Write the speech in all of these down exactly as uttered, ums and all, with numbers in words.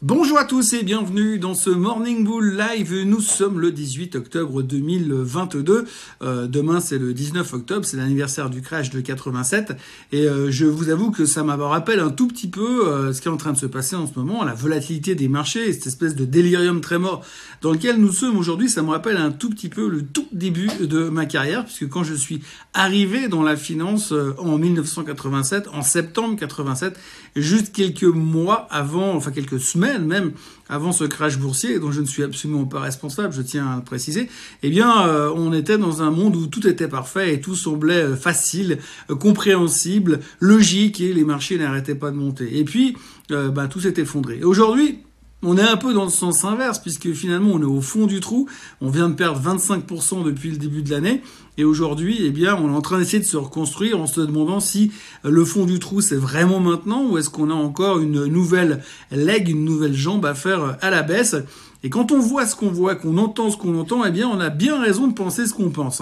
Bonjour à tous et bienvenue dans ce Morning Bull Live. Nous sommes le dix-huit octobre deux mille vingt-deux. Euh, demain, c'est le dix-neuf octobre, c'est l'anniversaire du crash de quatre-vingt-sept. Et euh, je vous avoue que ça me rappelle un tout petit peu euh, ce qui est en train de se passer en ce moment, la volatilité des marchés, cette espèce de délirium très mort dans lequel nous sommes aujourd'hui. Ça me rappelle un tout petit peu le tout début de ma carrière, puisque quand je suis arrivé dans la finance euh, en mille neuf cent quatre-vingt-sept, en septembre quatre-vingt-sept, juste quelques mois avant, enfin quelques semaines, même avant ce crash boursier, dont je ne suis absolument pas responsable, je tiens à le préciser, eh bien, euh, on était dans un monde où tout était parfait et tout semblait facile, euh, compréhensible, logique, et les marchés n'arrêtaient pas de monter. Et puis, euh, bah, tout s'est effondré. Et aujourd'hui, on est un peu dans le sens inverse, puisque finalement, on est au fond du trou. On vient de perdre vingt-cinq pour cent depuis le début de l'année. Et aujourd'hui, eh bien, on est en train d'essayer de se reconstruire en se demandant si le fond du trou, c'est vraiment maintenant ou est-ce qu'on a encore une nouvelle leg, une nouvelle jambe à faire à la baisse. Et quand on voit ce qu'on voit, qu'on entend ce qu'on entend, eh bien, on a bien raison de penser ce qu'on pense.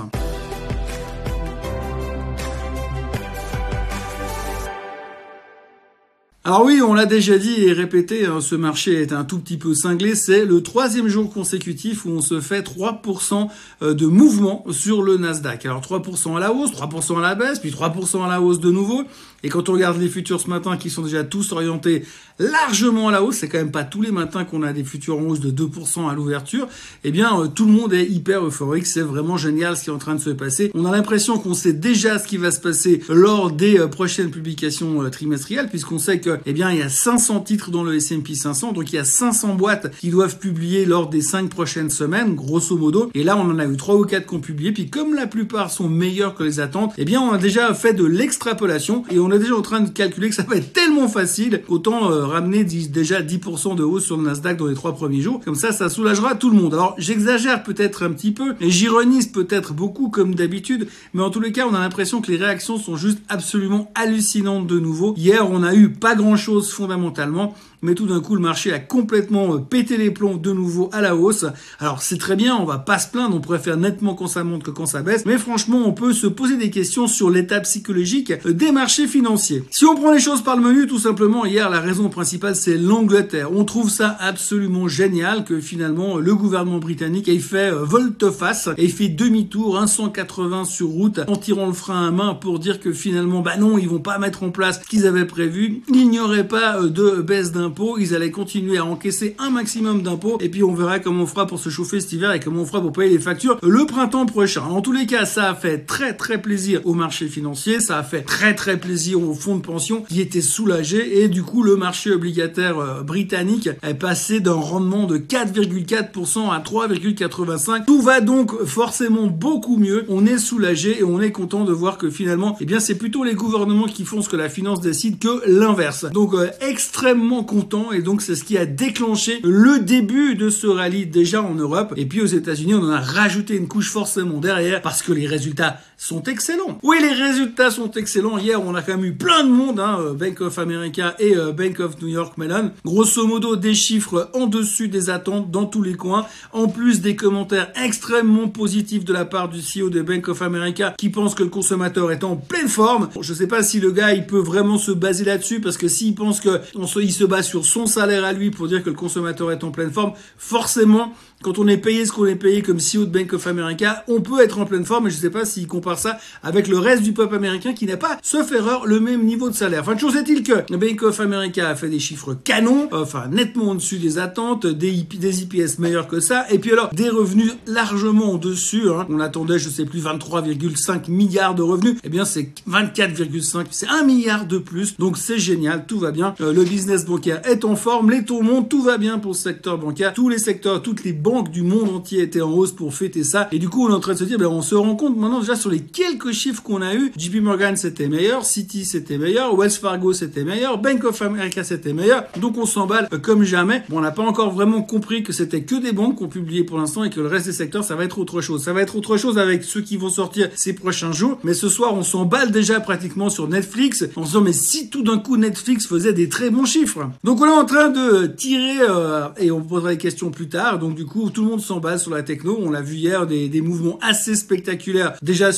Alors oui, on l'a déjà dit et répété, hein, ce marché est un tout petit peu cinglé. C'est le troisième jour consécutif où on se fait trois pour cent de mouvement sur le Nasdaq. Alors trois pour cent à la hausse, trois pour cent à la baisse, puis trois pour cent à la hausse de nouveau. Et quand on regarde les futurs ce matin qui sont déjà tous orientés largement à la hausse, c'est quand même pas tous les matins qu'on a des futurs en hausse de deux pour cent à l'ouverture, eh bien euh, tout le monde est hyper euphorique, c'est vraiment génial ce qui est en train de se passer. On a l'impression qu'on sait déjà ce qui va se passer lors des euh, prochaines publications euh, trimestrielles, puisqu'on sait que eh bien il y a cinq cents titres dans le S and P cinq cents, donc il y a cinq cents boîtes qui doivent publier lors des cinq prochaines semaines, grosso modo. Et là on en a eu trois ou quatre qui ont publié, puis comme la plupart sont meilleurs que les attentes, eh bien on a déjà fait de l'extrapolation et on est déjà en train de calculer que ça va être tellement facile, autant euh, ramener déjà dix pour cent de hausse sur le Nasdaq dans les trois premiers jours. Comme ça, ça soulagera tout le monde. Alors, j'exagère peut-être un petit peu, et j'ironise peut-être beaucoup comme d'habitude, mais en tous les cas, on a l'impression que les réactions sont juste absolument hallucinantes de nouveau. Hier, on a eu pas grand-chose fondamentalement, mais tout d'un coup, le marché a complètement pété les plombs de nouveau à la hausse. Alors, c'est très bien, on va pas se plaindre, on préfère nettement quand ça monte que quand ça baisse, mais franchement, on peut se poser des questions sur l'état psychologique des marchés financiers. Si on prend les choses par le menu, tout simplement, hier, la raison principale, c'est l'Angleterre. On trouve ça absolument génial que finalement, le gouvernement britannique ait fait volte-face, ait fait demi-tour, un cent quatre-vingts sur route, en tirant le frein à main pour dire que finalement, bah non, ils vont pas mettre en place ce qu'ils avaient prévu, il n'y aurait pas de baisse d'impôts, ils allaient continuer à encaisser un maximum d'impôts, et puis on verra comment on fera pour se chauffer cet hiver et comment on fera pour payer les factures le printemps prochain. En tous les cas, ça a fait très très plaisir au marché financier, ça a fait très très plaisir aux fonds de pension qui étaient soulagés, et du coup, le marché obligataire britannique est passé d'un rendement de quatre virgule quatre pour cent à trois virgule quatre-vingt-cinq. Tout va donc forcément beaucoup mieux. On est soulagé et on est content de voir que finalement, eh bien, c'est plutôt les gouvernements qui font ce que la finance décide que l'inverse. Donc, euh, extrêmement content, et donc c'est ce qui a déclenché le début de ce rallye déjà en Europe. Et puis aux États-Unis, on en a rajouté une couche forcément derrière parce que les résultats sont excellents. Oui, les résultats sont excellents. Hier, on a quand même eu plein de monde, hein, Bank of America et euh, Bank of New York Mellon. Grosso modo, des chiffres en dessus des attentes dans tous les coins. En plus des commentaires extrêmement positifs de la part du C E O de Bank of America qui pense que le consommateur est en pleine forme. Bon, je sais pas si le gars, il peut vraiment se baser là-dessus, parce que s'il pense que on se, il se base sur son salaire à lui pour dire que le consommateur est en pleine forme, forcément, quand on est payé ce qu'on est payé comme C E O de Bank of America, on peut être en pleine forme, et je sais pas s'il compare ça avec le reste du peuple américain qui n'a pas, sauf erreur, le même niveau de salaire. Enfin, chose est-il que Bank of America a fait des chiffres canons, enfin nettement au-dessus des attentes, des, I P, des I P S meilleurs que ça, et puis alors des revenus largement au-dessus, hein. On attendait, je sais plus, vingt-trois virgule cinq milliards de revenus, eh bien c'est vingt-quatre virgule cinq, c'est un milliard de plus, donc c'est génial, tout va bien. Euh, le business bancaire est en forme, les taux montent, tout va bien pour le secteur bancaire, tous les secteurs, toutes les banques du monde entier étaient en hausse pour fêter ça, et du coup on est en train de se dire, ben, on se rend compte maintenant déjà sur les quelques chiffres qu'on a eu, J P Morgan c'était meilleur, Citi c'était meilleur, Wells Fargo c'était meilleur, Bank of America c'était meilleur, donc on s'emballe comme jamais. Bon, on n'a pas encore vraiment compris que c'était que des banques qu'on publiait pour l'instant et que le reste des secteurs ça va être autre chose. Ça va être autre chose avec ceux qui vont sortir ces prochains jours, mais ce soir on s'emballe déjà pratiquement sur Netflix en se disant mais si tout d'un coup Netflix faisait des très bons chiffres. Donc on est en train de tirer euh, et on posera des questions plus tard, donc du coup tout le monde s'emballe sur la techno. On l'a vu hier, des, des mouvements assez spectaculaires déjà sur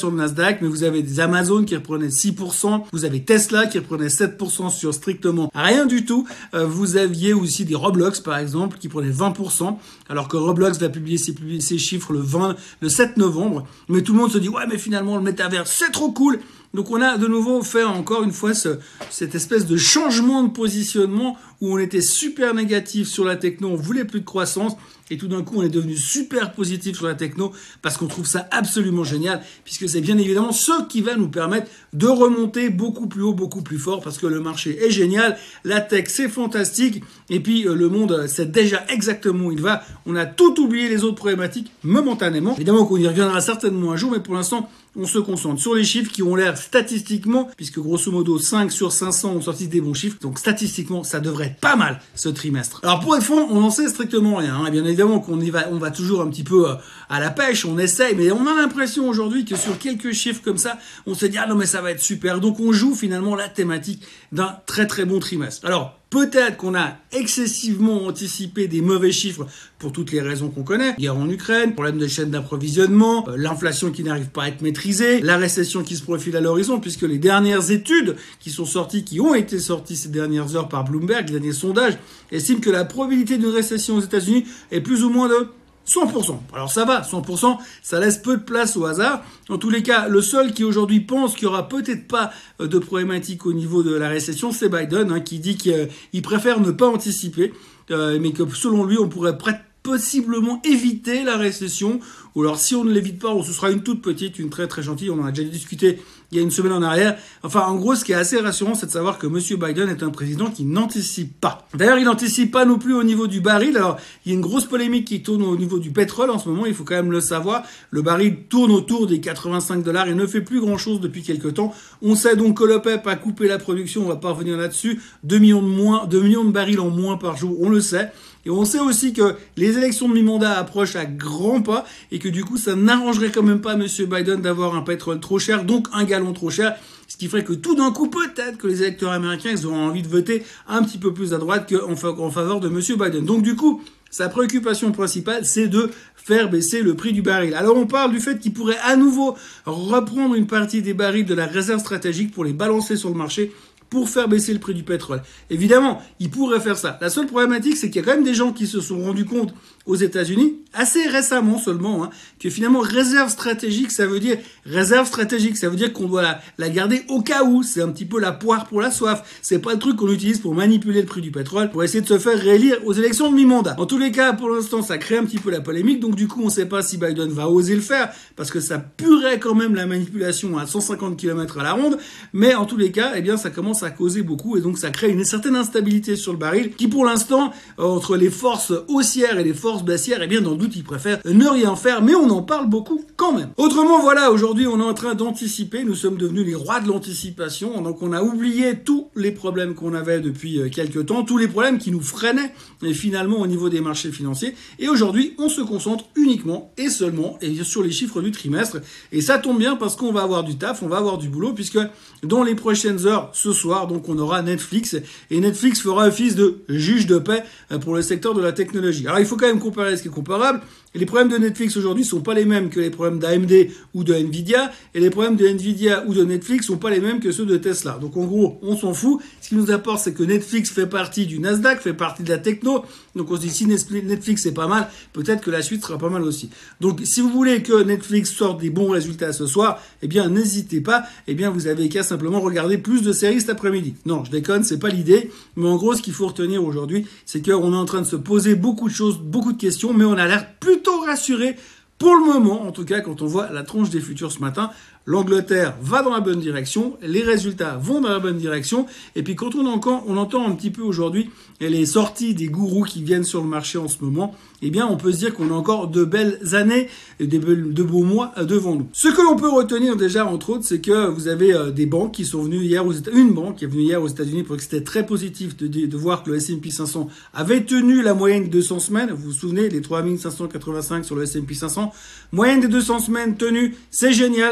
sur le Nasdaq, mais vous avez des Amazon qui reprenaient six pour cent, vous avez Tesla qui reprenait sept pour cent sur strictement rien du tout. Euh, vous aviez aussi des Roblox, par exemple, qui prenaient vingt pour cent, alors que Roblox va publier ses, ses chiffres le vingt, le sept novembre. Mais tout le monde se dit, ouais, mais finalement, le métavers, c'est trop cool. Donc on a de nouveau fait encore une fois ce, cette espèce de changement de positionnement où on était super négatif sur la techno, on voulait plus de croissance et tout d'un coup on est devenu super positif sur la techno parce qu'on trouve ça absolument génial puisque c'est bien évidemment ce qui va nous permettre de remonter beaucoup plus haut, beaucoup plus fort parce que le marché est génial, la tech c'est fantastique et puis euh, le monde sait déjà exactement où il va. On a tout oublié les autres problématiques momentanément. Évidemment qu'on y reviendra certainement un jour mais pour l'instant on se concentre sur les chiffres qui ont l'air statistiquement, puisque grosso modo cinq sur cinq cents ont sorti des bons chiffres, donc statistiquement ça devrait être pas mal ce trimestre. Alors pour être franc, on n'en sait strictement rien, hein. Bien évidemment qu'on y va, on va toujours un petit peu à la pêche, on essaye, mais on a l'impression aujourd'hui que sur quelques chiffres comme ça, on se dit ah non mais ça va être super, donc on joue finalement la thématique d'un très très bon trimestre. Alors peut-être qu'on a excessivement anticipé des mauvais chiffres pour toutes les raisons qu'on connaît. Guerre en Ukraine, problème de chaîne d'approvisionnement, euh, l'inflation qui n'arrive pas à être maîtrisée, la récession qui se profile à l'horizon, puisque les dernières études qui sont sorties, qui ont été sorties ces dernières heures par Bloomberg, les derniers sondages, estiment que la probabilité d'une récession aux États-Unis est plus ou moins de cent pour cent. Alors ça va, cent pour cent, ça laisse peu de place au hasard. En tous les cas, le seul qui aujourd'hui pense qu'il y aura peut-être pas de problématique au niveau de la récession, c'est Biden, hein, qui dit qu'il préfère ne pas anticiper, euh, mais que selon lui, on pourrait prêter possiblement éviter la récession, ou alors si on ne l'évite pas, ce sera une toute petite, une très très gentille, on en a déjà discuté il y a une semaine en arrière. Enfin, en gros, ce qui est assez rassurant, c'est de savoir que Monsieur Biden est un président qui n'anticipe pas. D'ailleurs, il n'anticipe pas non plus au niveau du baril. Alors, il y a une grosse polémique qui tourne au niveau du pétrole en ce moment, il faut quand même le savoir. Le baril tourne autour des quatre-vingt-cinq dollars et ne fait plus grand-chose depuis quelques temps. On sait donc que l'OPEP a coupé la production, on va pas revenir là-dessus, deux millions de moins, deux millions de barils en moins par jour, on le sait. Et on sait aussi que les élections de mi-mandat approchent à grands pas et que du coup, ça n'arrangerait quand même pas M. Biden d'avoir un pétrole trop cher, donc un gallon trop cher, ce qui ferait que tout d'un coup, peut-être que les électeurs américains, ils auront envie de voter un petit peu plus à droite qu'en faveur de M. Biden. Donc du coup, sa préoccupation principale, c'est de faire baisser le prix du baril. Alors on parle du fait qu'il pourrait à nouveau reprendre une partie des barils de la réserve stratégique pour les balancer sur le marché pour faire baisser le prix du pétrole. Évidemment, il pourrait faire ça. La seule problématique, c'est qu'il y a quand même des gens qui se sont rendus compte aux États-Unis, assez récemment seulement, hein, que finalement réserve stratégique, ça veut dire réserve stratégique, ça veut dire qu'on doit la, la garder au cas où. C'est un petit peu la poire pour la soif. C'est pas le truc qu'on utilise pour manipuler le prix du pétrole, pour essayer de se faire réélire aux élections de mi-mandat. En tous les cas, pour l'instant, ça crée un petit peu la polémique. Donc du coup, on sait pas si Biden va oser le faire, parce que ça puerait quand même la manipulation à cent cinquante kilomètres à la ronde. Mais en tous les cas, eh bien, ça commence à causer beaucoup et donc ça crée une certaine instabilité sur le baril qui, pour l'instant, entre les forces haussières et les forces baissières, eh bien, dans le doute, ils préfèrent ne rien faire, mais on en parle beaucoup quand même. Autrement, voilà, aujourd'hui, on est en train d'anticiper. Nous sommes devenus les rois de l'anticipation. Donc, on a oublié tous les problèmes qu'on avait depuis quelques temps, tous les problèmes qui nous freinaient et finalement au niveau des marchés financiers. Et aujourd'hui, on se concentre uniquement et seulement et sur les chiffres du trimestre. Et ça tombe bien parce qu'on va avoir du taf, on va avoir du boulot, puisque dans les prochaines heures, ce soir, donc on aura Netflix. Et Netflix fera office de juge de paix pour le secteur de la technologie. Alors, il faut quand même comparer ce qui est comparable. Et les problèmes de Netflix aujourd'hui sont pas les mêmes que les problèmes d'A M D ou de Nvidia, et les problèmes de Nvidia ou de Netflix sont pas les mêmes que ceux de Tesla. Donc en gros, on s'en fout. Ce qui nous apporte, c'est que Netflix fait partie du Nasdaq, fait partie de la techno. Donc on se dit, si Netflix est pas mal, peut-être que la suite sera pas mal aussi. Donc si vous voulez que Netflix sorte des bons résultats ce soir, eh bien n'hésitez pas. Eh bien vous avez qu'à simplement regarder plus de séries cet après-midi. Non, je déconne, c'est pas l'idée. Mais en gros, ce qu'il faut retenir aujourd'hui, c'est qu'on est en train de se poser beaucoup de choses, beaucoup de questions, mais on a l'air plutôt rassuré pour le moment, en tout cas quand on voit la tronche des futurs ce matin. L'Angleterre va dans la bonne direction, les résultats vont dans la bonne direction, et puis quand on entend, on entend un petit peu aujourd'hui les sorties des gourous qui viennent sur le marché en ce moment, eh bien on peut se dire qu'on a encore de belles années et de, de beaux mois devant nous. Ce que l'on peut retenir déjà entre autres, c'est que vous avez des banques qui sont venues hier aux États-Unis, une banque qui est venue hier aux États-Unis pour que c'était très positif de, de, de voir que le S and P cinq cents avait tenu la moyenne des deux cents semaines. Vous vous souvenez, les trois mille cinq cent quatre-vingt-cinq sur le S and P cinq cents, moyenne des deux cents semaines tenue, c'est génial, c'est formidable.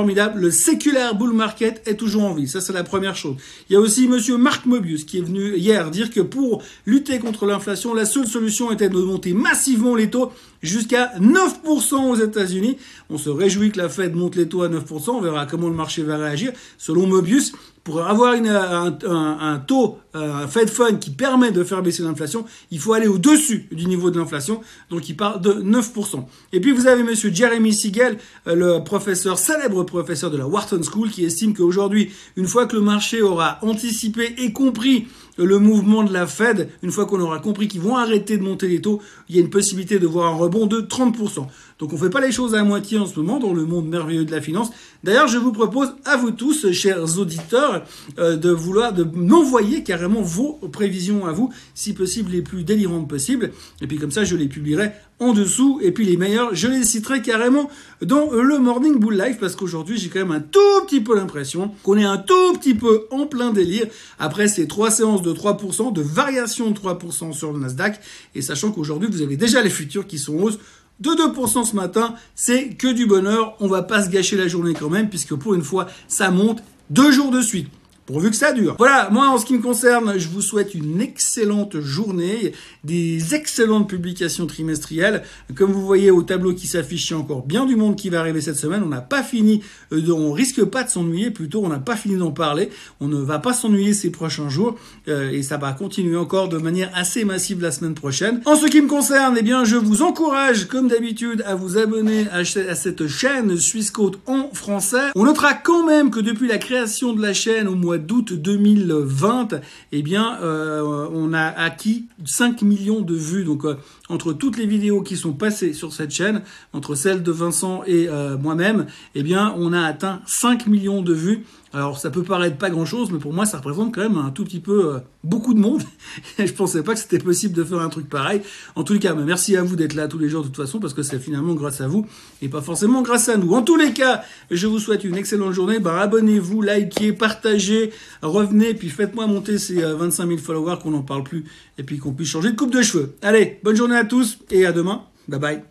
formidable. Le secular bull market est toujours en vie. Ça, c'est la première chose. Il y a aussi monsieur Mark Mobius qui est venu hier dire que pour lutter contre l'inflation, la seule solution était de monter massivement les taux jusqu'à neuf pour cent aux États-Unis. On se réjouit que la Fed monte les taux à neuf pour cent. On verra comment le marché va réagir. Selon Mobius, pour avoir une, un, un, un taux, un Fed Fund qui permet de faire baisser l'inflation, il faut aller au-dessus du niveau de l'inflation. Donc, il parle de neuf pour cent. Et puis, vous avez monsieur Jeremy Siegel, le professeur, célèbre professeur de la Wharton School, qui estime qu'aujourd'hui, une fois que le marché aura anticipé et compris le mouvement de la Fed, une fois qu'on aura compris qu'ils vont arrêter de monter les taux, il y a une possibilité de voir un rebond de trente pour cent. Donc on fait pas les choses à moitié en ce moment dans le monde merveilleux de la finance. D'ailleurs, je vous propose à vous tous, chers auditeurs, euh, de vouloir de m'envoyer carrément vos prévisions à vous, si possible les plus délirantes possibles. Et puis comme ça, je les publierai en dessous. Et puis les meilleurs, je les citerai carrément dans le Morning Bull Live, parce qu'aujourd'hui, j'ai quand même un tout petit peu l'impression qu'on est un tout petit peu en plein délire après ces trois séances de trois pour cent, de variation de trois pour cent sur le Nasdaq. Et sachant qu'aujourd'hui, vous avez déjà les futurs qui sont en hausse de deux pour cent ce matin, c'est que du bonheur. On va pas se gâcher la journée quand même, puisque pour une fois, ça monte deux jours de suite. Pourvu que ça dure. Voilà, moi en ce qui me concerne, je vous souhaite une excellente journée, des excellentes publications trimestrielles. Comme vous voyez au tableau qui s'affiche, il y a encore bien du monde qui va arriver cette semaine. On n'a pas fini, de, on risque pas de s'ennuyer, plutôt on n'a pas fini d'en parler. On ne va pas s'ennuyer ces prochains jours euh, et ça va continuer encore de manière assez massive la semaine prochaine. En ce qui me concerne, eh bien je vous encourage comme d'habitude à vous abonner à, à cette chaîne Swissquote en français. On notera quand même que depuis la création de la chaîne au mois d'août deux mille vingt, eh bien, euh, on a acquis cinq millions de vues. Donc, euh, entre toutes les vidéos qui sont passées sur cette chaîne, entre celles de Vincent et euh, moi-même, eh bien, on a atteint cinq millions de vues. Alors, ça peut paraître pas grand-chose, mais pour moi, ça représente quand même un tout petit peu euh, beaucoup de monde. Je pensais pas que c'était possible de faire un truc pareil. En tous les cas, bah, merci à vous d'être là tous les jours de toute façon, parce que c'est finalement grâce à vous et pas forcément grâce à nous. En tous les cas, je vous souhaite une excellente journée. Bah, abonnez-vous, likez, partagez, revenez, puis faites-moi monter ces euh, vingt-cinq mille followers, qu'on n'en parle plus, et puis qu'on puisse changer de coupe de cheveux. Allez, bonne journée à tous et à demain. Bye bye.